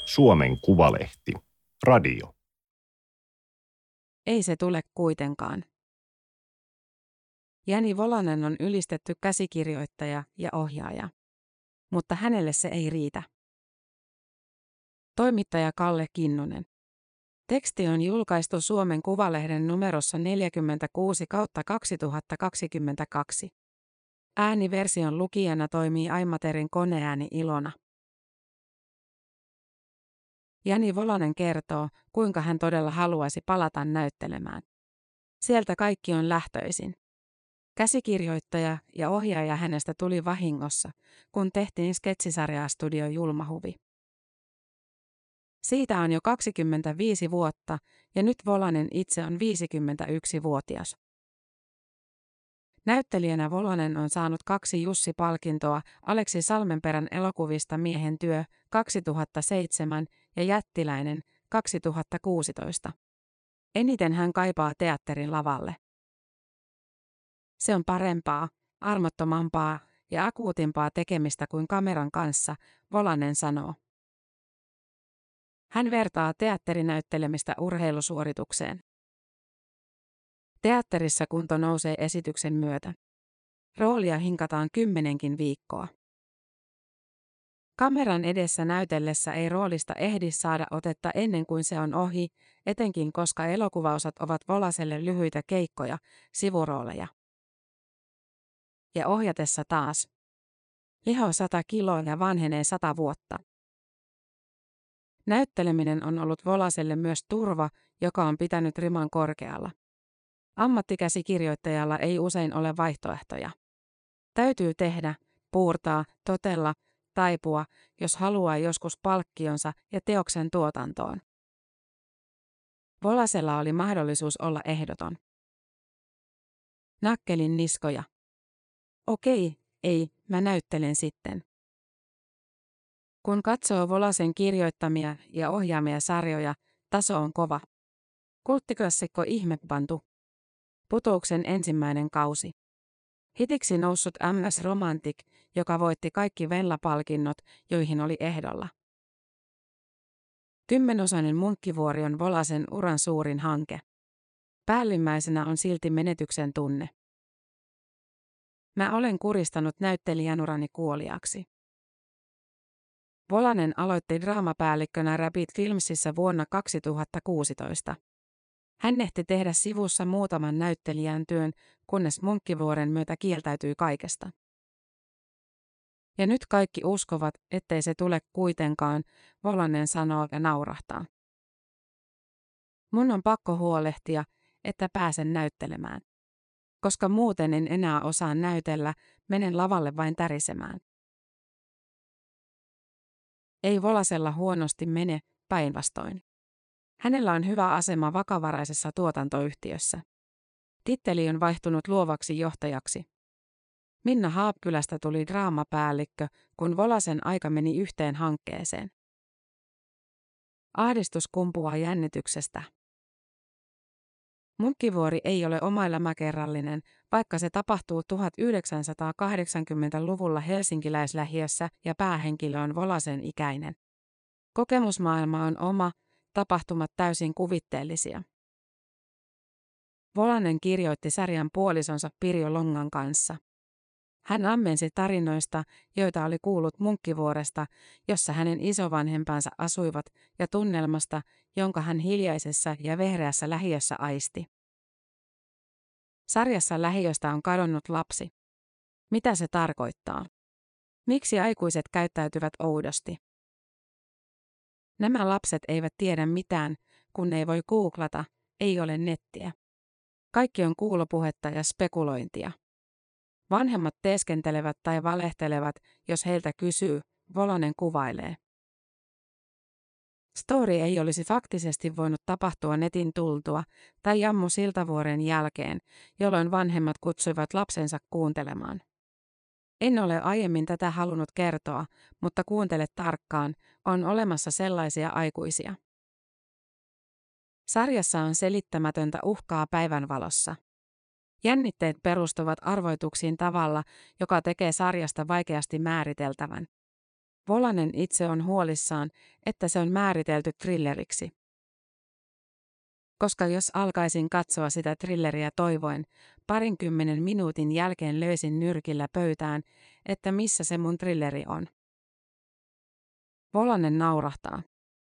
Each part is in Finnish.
Suomen Kuvalehti. Radio. Ei se tule kuitenkaan. Jani Volanen on ylistetty käsikirjoittaja ja ohjaaja. Mutta hänelle se ei riitä. Toimittaja Kalle Kinnunen. Teksti on julkaistu Suomen Kuvalehden numerossa 46/2022. Ääniversion lukijana toimii Aimaterin koneääni Ilona. Jani Volanen kertoo, kuinka hän todella haluaisi palata näyttelemään. Sieltä kaikki on lähtöisin. Käsikirjoittaja ja ohjaaja hänestä tuli vahingossa, kun tehtiin sketsisarjaa Studio Julmahuvi. Siitä on jo 25 vuotta ja nyt Volanen itse on 51-vuotias. Näyttelijänä Volanen on saanut 2 Jussi-palkintoa Aleksi Salmenperän elokuvista Miehen työ 2007 ja Jättiläinen 2016. Eniten hän kaipaa teatterin lavalle. Se on parempaa, armottomampaa ja akuutimpaa tekemistä kuin kameran kanssa, Volanen sanoo. Hän vertaa teatterinäyttelemistä urheilusuoritukseen. Teatterissa kunto nousee esityksen myötä. Roolia hinkataan 10 viikkoa. Kameran edessä näytellessä ei roolista ehdi saada otetta ennen kuin se on ohi, etenkin koska elokuvaosat ovat Volaselle lyhyitä keikkoja, sivurooleja. Ja ohjatessa taas. Liho 100 kiloa ja vanhenee 100 vuotta. Näytteleminen on ollut Volaselle myös turva, joka on pitänyt riman korkealla. Ammattikäsikirjoittajalla ei usein ole vaihtoehtoja. Täytyy tehdä, puurtaa, totella, taipua, jos haluaa joskus palkkionsa ja teoksen tuotantoon. Volasella oli mahdollisuus olla ehdoton. Nakkelin niskoja. Okei, ei, mä näyttelen sitten. Kun katsoo Volasen kirjoittamia ja ohjaamia sarjoja, taso on kova. Kulttiklassikko Ihmepantu. Putouksen ensimmäinen kausi. Hitiksi noussut MS Romantic, joka voitti kaikki Venla-palkinnot, joihin oli ehdolla. 10-osainen Munkkivuori on Volasen uran suurin hanke. Päällimmäisenä on silti menetyksen tunne. Mä olen kuristanut näyttelijänurani kuoliaksi. Volanen aloitti draamapäällikkönä Rabbit Filmsissä vuonna 2016. Hän ehti tehdä sivussa muutaman näyttelijän työn, kunnes Munkkivuoren myötä kieltäytyi kaikesta. Ja nyt kaikki uskovat, ettei se tule kuitenkaan, Volanen sanoo ja naurahtaa. Mun on pakko huolehtia, että pääsen näyttelemään. Koska muuten en enää osaa näytellä, menen lavalle vain tärisemään. Ei Volasella huonosti mene, päinvastoin. Hänellä on hyvä asema vakavaraisessa tuotantoyhtiössä. Titteli on vaihtunut luovaksi johtajaksi. Minna Haapkylästä tuli draamapäällikkö, kun Volasen aika meni yhteen hankkeeseen. Ahdistus kumpuaa jännityksestä. Munkkivuori ei ole omaelämäkerrallinen, vaikka se tapahtuu 1980-luvulla helsinkiläislähiössä ja päähenkilö on Volasen ikäinen. Kokemusmaailma on oma, tapahtumat täysin kuvitteellisia. Volanen kirjoitti sarjan puolisonsa Pirjo Longan kanssa. Hän ammensi tarinoista, joita oli kuullut Munkkivuoresta, jossa hänen isovanhempansa asuivat, ja tunnelmasta, jonka hän hiljaisessa ja vehreässä lähiössä aisti. Sarjassa lähiöstä on kadonnut lapsi. Mitä se tarkoittaa? Miksi aikuiset käyttäytyvät oudosti? Nämä lapset eivät tiedä mitään, kun ei voi googlata, ei ole nettiä. Kaikki on kuulopuhetta ja spekulointia. Vanhemmat teeskentelevät tai valehtelevat, jos heiltä kysyy, Volanen kuvailee. Story ei olisi faktisesti voinut tapahtua netin tultua tai Jammu Siltavuoren jälkeen, jolloin vanhemmat kutsuivat lapsensa kuuntelemaan. En ole aiemmin tätä halunnut kertoa, mutta kuuntele tarkkaan, on olemassa sellaisia aikuisia. Sarjassa on selittämätöntä uhkaa päivänvalossa. Jännitteet perustuvat arvoituksiin tavalla, joka tekee sarjasta vaikeasti määriteltävän. Volanen itse on huolissaan, että se on määritelty thrilleriksi. Koska jos alkaisin katsoa sitä thrilleriä toivoen, 20 minuutin jälkeen löysin nyrkillä pöytään, että missä se mun thrilleri on. Volanen naurahtaa.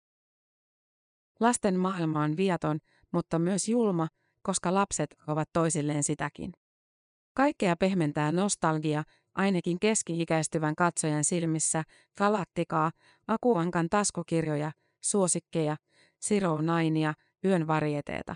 Lasten maailma on viaton, mutta myös julma, koska lapset ovat toisilleen sitäkin. Kaikkea pehmentää nostalgia, ainakin keski-ikäistyvän katsojan silmissä, Galaktikaa, Akuankan taskukirjoja, suosikkeja, Zero Ninea, yön varieteeta.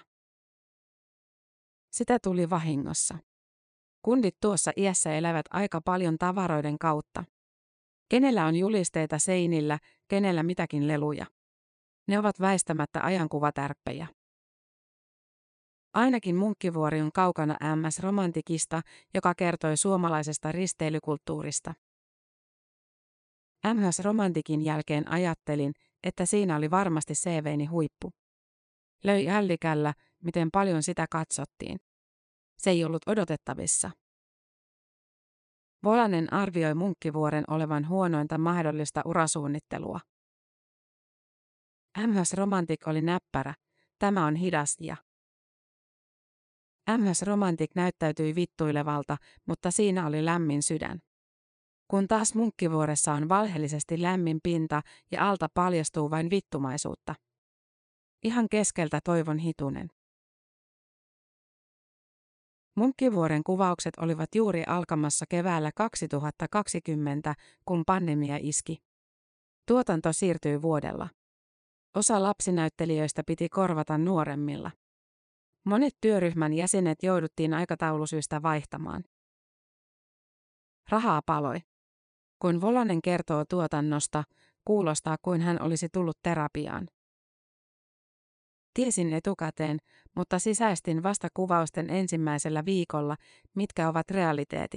Sitä tuli vahingossa. Kundit tuossa iässä elävät aika paljon tavaroiden kautta. Kenellä on julisteita seinillä, kenellä mitäkin leluja. Ne ovat väistämättä ajankuvatärppejä. Ainakin Munkkivuori on kaukana MS-romantikista, joka kertoi suomalaisesta risteilykulttuurista. MS-romantikin jälkeen ajattelin, että siinä oli varmasti CV:ni huippu. Löi ällikällä, miten paljon sitä katsottiin. Se ei ollut odotettavissa. Volanen arvioi Munkkivuoren olevan huonointa mahdollista urasuunnittelua. MS Romantic oli näppärä, tämä on hidas ja. MS Romantic näyttäytyi vittuilevalta, mutta siinä oli lämmin sydän. Kun taas Munkkivuoressa on valheellisesti lämmin pinta ja alta paljastuu vain vittumaisuutta. Ihan keskeltä toivon hitunen. Munkkivuoren kuvaukset olivat juuri alkamassa keväällä 2020, kun pandemia iski. Tuotanto siirtyi vuodella. Osa lapsinäyttelijöistä piti korvata nuoremmilla. Monet työryhmän jäsenet jouduttiin aikataulusyistä vaihtamaan. Rahaa paloi. Kun Volanen kertoo tuotannosta, kuulostaa kuin hän olisi tullut terapiaan. Tiesin etukäteen, mutta sisäistin vasta kuvausten ensimmäisellä viikolla, mitkä ovat realiteetit.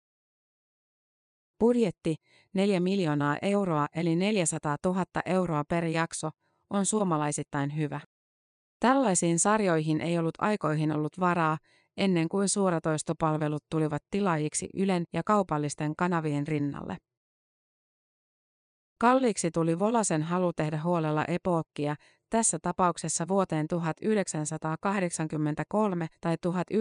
Budjetti 4 miljoonaa euroa eli 400 000 euroa per jakso on suomalaisittain hyvä. Tällaisiin sarjoihin ei aikoihin ollut varaa, ennen kuin suoratoistopalvelut tulivat tilaajiksi Ylen ja kaupallisten kanavien rinnalle. Kalliiksi tuli Volasen halu tehdä huolella epookkia, tässä tapauksessa vuoteen 1983 tai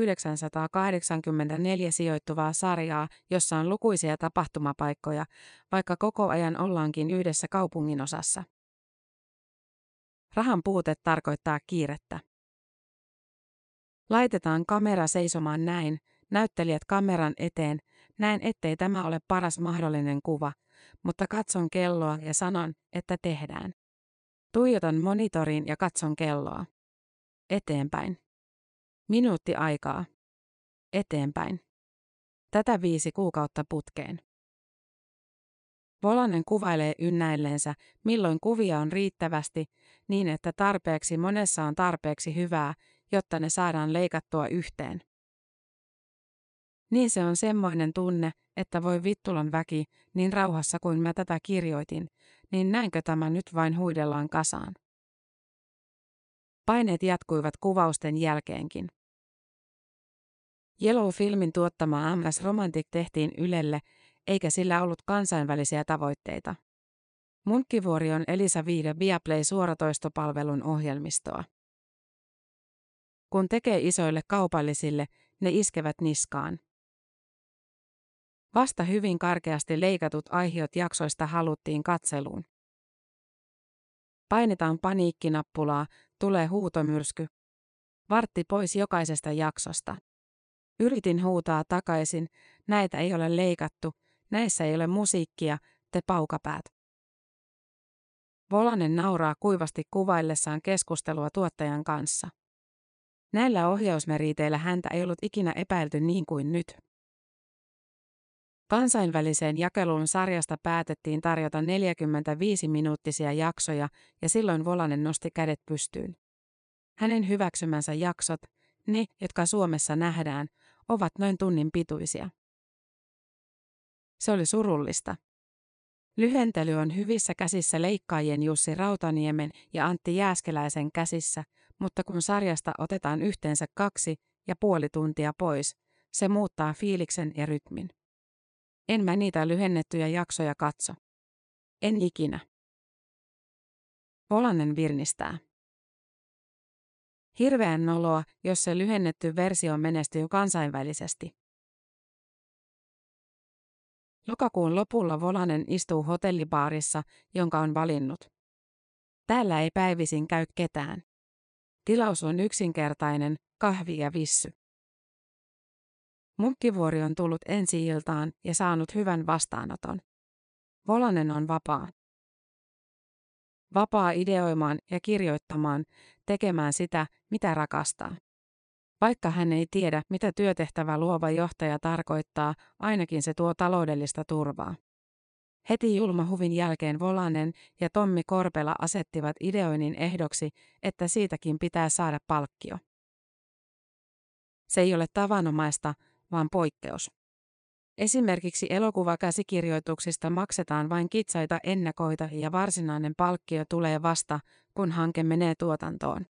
1984 sijoittuvaa sarjaa, jossa on lukuisia tapahtumapaikkoja, vaikka koko ajan ollaankin yhdessä kaupunginosassa. Rahan puute tarkoittaa kiirettä. Laitetaan kamera seisomaan näin, näyttelijät kameran eteen, näin ettei tämä ole paras mahdollinen kuva, mutta katson kelloa ja sanon, että tehdään. Tuijotan monitoriin ja katson kelloa. Eteenpäin. Minuutti aikaa. Eteenpäin. Tätä 5 kuukautta putkeen. Volanen kuvailee ynnäilleensä, milloin kuvia on riittävästi, niin että tarpeeksi monessa on tarpeeksi hyvää, jotta ne saadaan leikattua yhteen. Niin se on semmoinen tunne, että voi vittulan väki, niin rauhassa kuin mä tätä kirjoitin, niin näinkö tämä nyt vain huidellaan kasaan. Paineet jatkuivat kuvausten jälkeenkin. Yellow-filmin tuottama MS Romantic tehtiin Ylelle, eikä sillä ollut kansainvälisiä tavoitteita. Munkkivuori on Elisa Viihde Viaplay-suoratoistopalvelun ohjelmistoa. Kun tekee isoille kaupallisille, ne iskevät niskaan. Vasta hyvin karkeasti leikatut aihiot jaksoista haluttiin katseluun. Painetaan paniikkinappulaa, tulee huutomyrsky. Vartti pois jokaisesta jaksosta. Yritin huutaa takaisin, näitä ei ole leikattu, näissä ei ole musiikkia, te paukapäät. Volanen nauraa kuivasti kuvaillessaan keskustelua tuottajan kanssa. Näillä ohjausmeriteillä häntä ei ollut ikinä epäilty niin kuin nyt. Kansainväliseen jakeluun sarjasta päätettiin tarjota 45-minuuttisia jaksoja ja silloin Volanen nosti kädet pystyyn. Hänen hyväksymänsä jaksot, ne, jotka Suomessa nähdään, ovat noin tunnin pituisia. Se oli surullista. Lyhentely on hyvissä käsissä leikkaajien Jussi Rautaniemen ja Antti Jääskeläisen käsissä, mutta kun sarjasta otetaan yhteensä 2,5 tuntia pois, se muuttaa fiiliksen ja rytmin. En mä niitä lyhennettyjä jaksoja katso. En ikinä. Volanen virnistää. Hirveän noloa, jos se lyhennetty versio menestyy kansainvälisesti. Lokakuun lopulla Volanen istuu hotellibaarissa, jonka on valinnut. Täällä ei päivisin käy ketään. Tilaus on yksinkertainen, kahvi ja vissy. Munkkivuori on tullut ensi-iltaan ja saanut hyvän vastaanoton. Volanen on vapaa. Vapaa ideoimaan ja kirjoittamaan, tekemään sitä, mitä rakastaa. Vaikka hän ei tiedä, mitä työtehtävä luova johtaja tarkoittaa, ainakin se tuo taloudellista turvaa. Heti julmahuvin jälkeen Volanen ja Tommi Korpela asettivat ideoinnin ehdoksi, että siitäkin pitää saada palkkio. Se ei ole tavanomaista, vaan poikkeus. Esimerkiksi elokuvakäsikirjoituksista maksetaan vain kitsaita ennakoita ja varsinainen palkkio tulee vasta, kun hanke menee tuotantoon.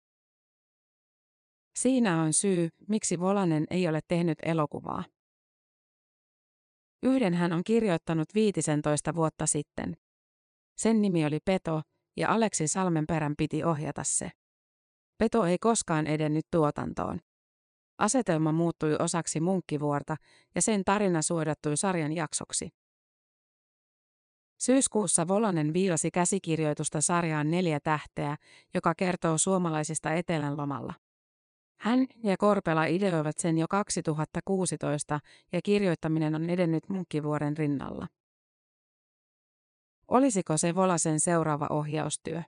Siinä on syy, miksi Volanen ei ole tehnyt elokuvaa. Yhden hän on kirjoittanut 15 vuotta sitten. Sen nimi oli Peto, ja Aleksi Salmenperän piti ohjata se. Peto ei koskaan edennyt tuotantoon. Asetelma muuttui osaksi Munkkivuorta, ja sen tarina suodattui sarjan jaksoksi. Syyskuussa Volanen viilasi käsikirjoitusta sarjaan 4 tähteä, joka kertoo suomalaisista etelän lomalla. Hän ja Korpela ideoivat sen jo 2016 ja kirjoittaminen on edennyt Munkkivuoren rinnalla. Olisiko se Volasen seuraava ohjaustyö?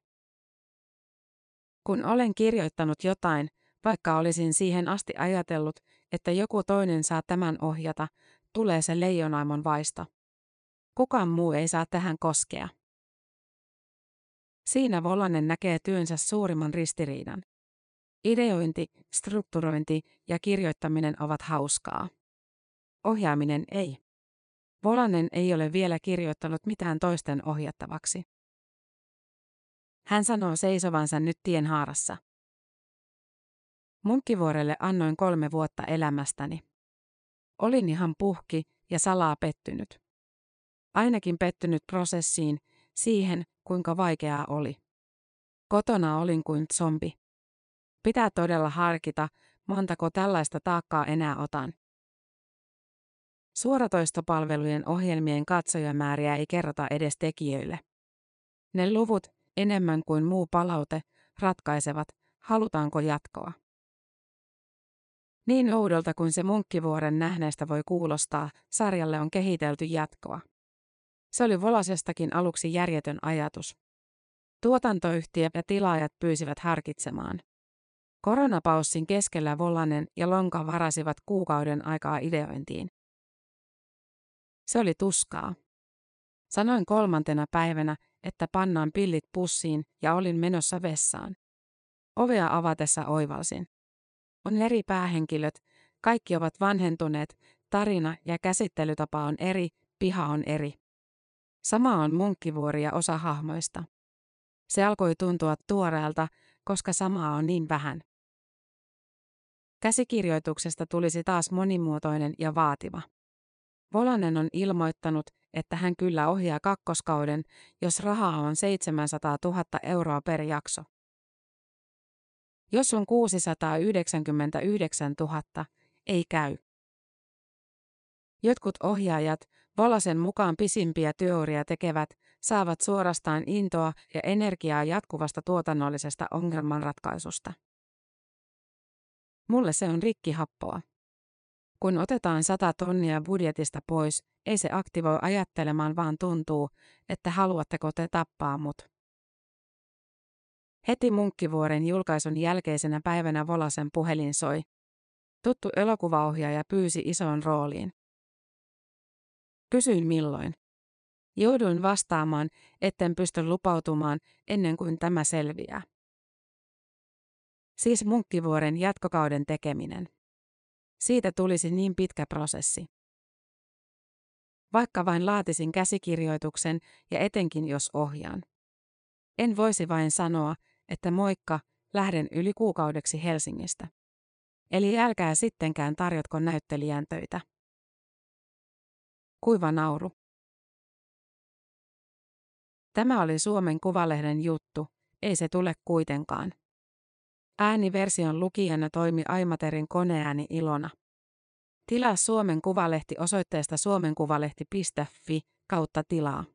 Kun olen kirjoittanut jotain, vaikka olisin siihen asti ajatellut, että joku toinen saa tämän ohjata, tulee se leijonaimon vaisto. Kukaan muu ei saa tähän koskea. Siinä Volanen näkee työnsä suurimman ristiriidan. Ideointi, strukturointi ja kirjoittaminen ovat hauskaa. Ohjaaminen ei. Volanen ei ole vielä kirjoittanut mitään toisten ohjattavaksi. Hän sanoo seisovansa nyt tienhaarassa. Munkkivuorelle annoin 3 vuotta elämästäni. Olin ihan puhki ja salaa pettynyt. Ainakin pettynyt prosessiin, siihen, kuinka vaikeaa oli. Kotona olin kuin zombi. Pitää todella harkita, montako tällaista taakkaa enää otan. Suoratoistopalvelujen ohjelmien katsojamääriä ei kerrota edes tekijöille. Ne luvut, enemmän kuin muu palaute, ratkaisevat, halutaanko jatkoa. Niin oudolta kuin se Munkkivuoren nähneestä voi kuulostaa, sarjalle on kehitelty jatkoa. Se oli Volasestakin aluksi järjetön ajatus. Tuotantoyhtiö ja tilaajat pyysivät harkitsemaan. Koronapaussin keskellä Volanen ja Lonka varasivat kuukauden aikaa ideointiin. Se oli tuskaa. Sanoin 3. päivänä, että pannaan pillit pussiin ja olin menossa vessaan. Ovea avatessa oivalsin. On eri päähenkilöt, kaikki ovat vanhentuneet, tarina ja käsittelytapa on eri, piha on eri. Sama on Munkkivuori ja osa hahmoista. Se alkoi tuntua tuoreelta, koska samaa on niin vähän. Käsikirjoituksesta tulisi taas monimuotoinen ja vaativa. Volanen on ilmoittanut, että hän kyllä ohjaa 2. kauden, jos rahaa on 700 000 euroa per jakso. Jos on 699 000, ei käy. Jotkut ohjaajat, Volasen mukaan pisimpiä työuria tekevät, saavat suorastaan intoa ja energiaa jatkuvasta tuotannollisesta ongelmanratkaisusta. Mulle se on rikkihappoa. Kun otetaan 100 tonnia budjetista pois, ei se aktivoi ajattelemaan, vaan tuntuu, että haluatteko te tappaa mut. Heti Munkkivuoren julkaisun jälkeisenä päivänä Volasen puhelin soi. Tuttu elokuvaohjaaja pyysi isoon rooliin. Kysyin milloin. Jouduin vastaamaan, etten pysty lupautumaan ennen kuin tämä selviää. Siis Munkkivuoren jatkokauden tekeminen. Siitä tulisi niin pitkä prosessi. Vaikka vain laatisin käsikirjoituksen ja etenkin jos ohjaan. En voisi vain sanoa, että moikka, lähden yli kuukaudeksi Helsingistä. Eli älkää sittenkään tarjotko näyttelijän töitä. Kuiva nauru. Tämä oli Suomen Kuvalehden juttu, ei se tule kuitenkaan. Ääniversion lukijana toimi Aimaterin koneääni Ilona. Tilaa Suomen Kuvalehti osoitteesta suomenkuvalehti.fi/tilaa.